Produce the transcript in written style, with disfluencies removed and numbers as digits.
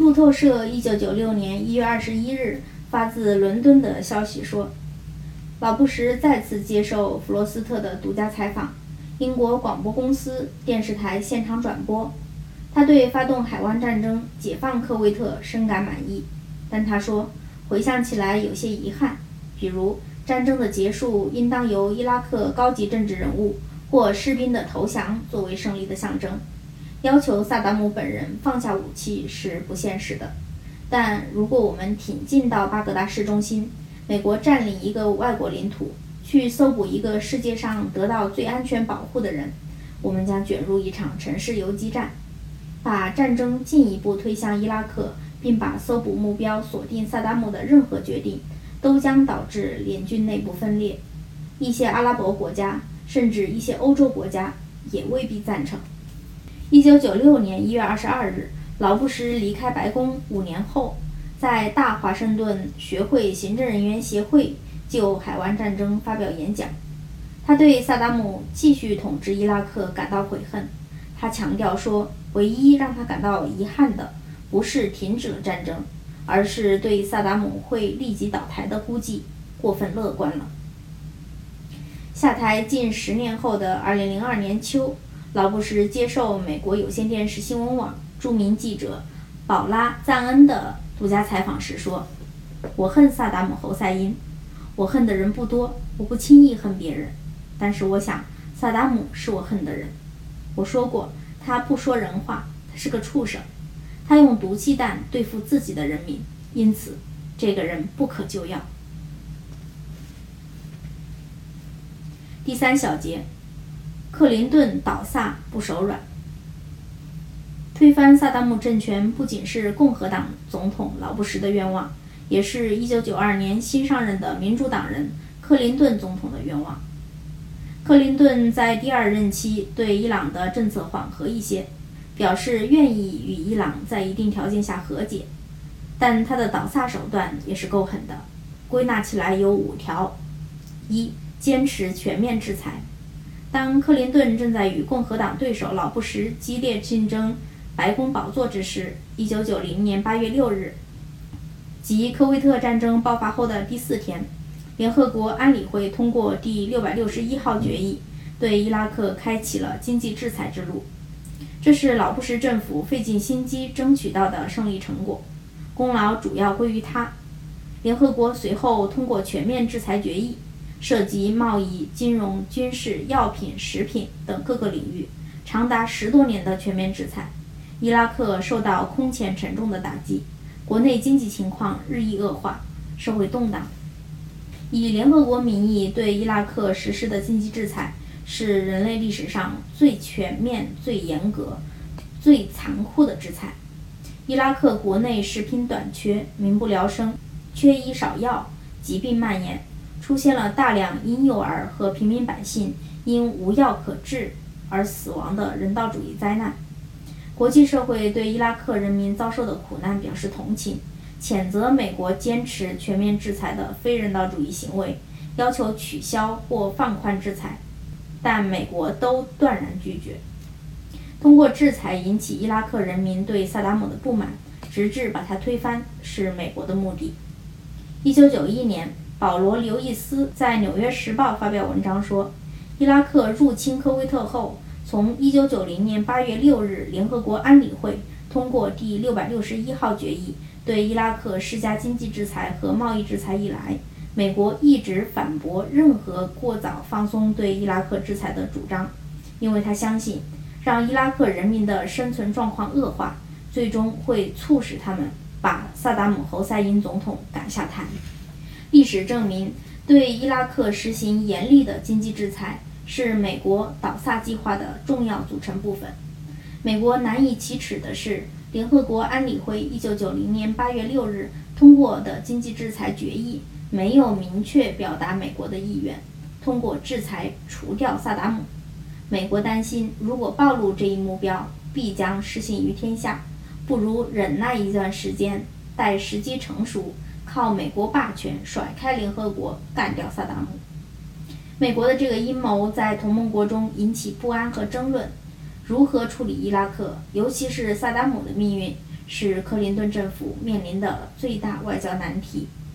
路透社1996年1月21日发自伦敦的消息说，老布什再次接受弗罗斯特的独家采访，英国广播公司电视台现场转播。他对发动海湾战争、解放科威特深感满意，但他说，回想起来有些遗憾，比如战争的结束应当由伊拉克高级政治人物或士兵的投降作为胜利的象征。要求萨达姆本人放下武器是不现实的，但如果我们挺进到巴格达市中心，美国占领一个外国领土，去搜捕一个世界上得到最安全保护的人，我们将卷入一场城市游击战，把战争进一步推向伊拉克，并把搜捕目标锁定萨达姆的任何决定，都将导致联军内部分裂。一些阿拉伯国家，甚至一些欧洲国家也未必赞成。1996年1月22日，老布什离开白宫5年后，在大华盛顿学会行政人员协会就海湾战争发表演讲。他对萨达姆继续统治伊拉克感到悔恨。他强调说，唯一让他感到遗憾的不是停止了战争，而是对萨达姆会立即倒台的估计过分乐观了。下台近10年后的2002年秋，老布什接受美国有线电视新闻网著名记者保拉·赞恩的独家采访时说，我恨萨达姆·侯赛因，我恨的人不多，我不轻易恨别人，但是我想萨达姆是我恨的人。我说过，他不说人话，他是个畜生，他用毒气弹对付自己的人民，因此这个人不可救药。第3小节，克林顿倒萨不手软。推翻萨达姆政权不仅是共和党总统老布什的愿望，也是1992年新上任的民主党人克林顿总统的愿望。克林顿在第2任期对伊朗的政策缓和一些，表示愿意与伊朗在一定条件下和解，但他的倒萨手段也是够狠的，归纳起来有5条。1. 坚持全面制裁。当克林顿正在与共和党对手老布什激烈竞争白宫宝座之时，1990年8月6日，即科威特战争爆发后的第4天，联合国安理会通过第661号决议，对伊拉克开启了经济制裁之路。这是老布什政府费尽心机争取到的胜利成果，功劳主要归于他。联合国随后通过全面制裁决议，涉及贸易、金融、军事、药品、食品等各个领域，长达10多年的全面制裁。伊拉克受到空前沉重的打击，国内经济情况日益恶化，社会动荡。以联合国名义对伊拉克实施的经济制裁，是人类历史上最全面、最严格、最残酷的制裁。伊拉克国内食品短缺，民不聊生，缺医少药，疾病蔓延，出现了大量婴幼儿和平民百姓因无药可治而死亡的人道主义灾难。国际社会对伊拉克人民遭受的苦难表示同情，谴责美国坚持全面制裁的非人道主义行为，要求取消或放宽制裁，但美国都断然拒绝。通过制裁引起伊拉克人民对萨达姆的不满，直至把他推翻，是美国的目的。1991年，保罗·刘易斯在《纽约时报》发表文章说，伊拉克入侵科威特后，从1990年8月6日联合国安理会通过第661号决议对伊拉克施加经济制裁和贸易制裁以来，美国一直反驳任何过早放松对伊拉克制裁的主张，因为他相信让伊拉克人民的生存状况恶化，最终会促使他们把萨达姆·侯赛因总统赶下台。历史证明，对伊拉克实行严厉的经济制裁是美国倒萨计划的重要组成部分。美国难以启齿的是，联合国安理会1990年8月6日通过的经济制裁决议没有明确表达美国的意愿，通过制裁除掉萨达姆。美国担心，如果暴露这一目标，必将失信于天下，不如忍耐一段时间，待时机成熟，靠美国霸权甩开联合国，干掉萨达姆。美国的这个阴谋在同盟国中引起不安和争论。如何处理伊拉克，尤其是萨达姆的命运， 是克林顿政府面临的最大外交难题。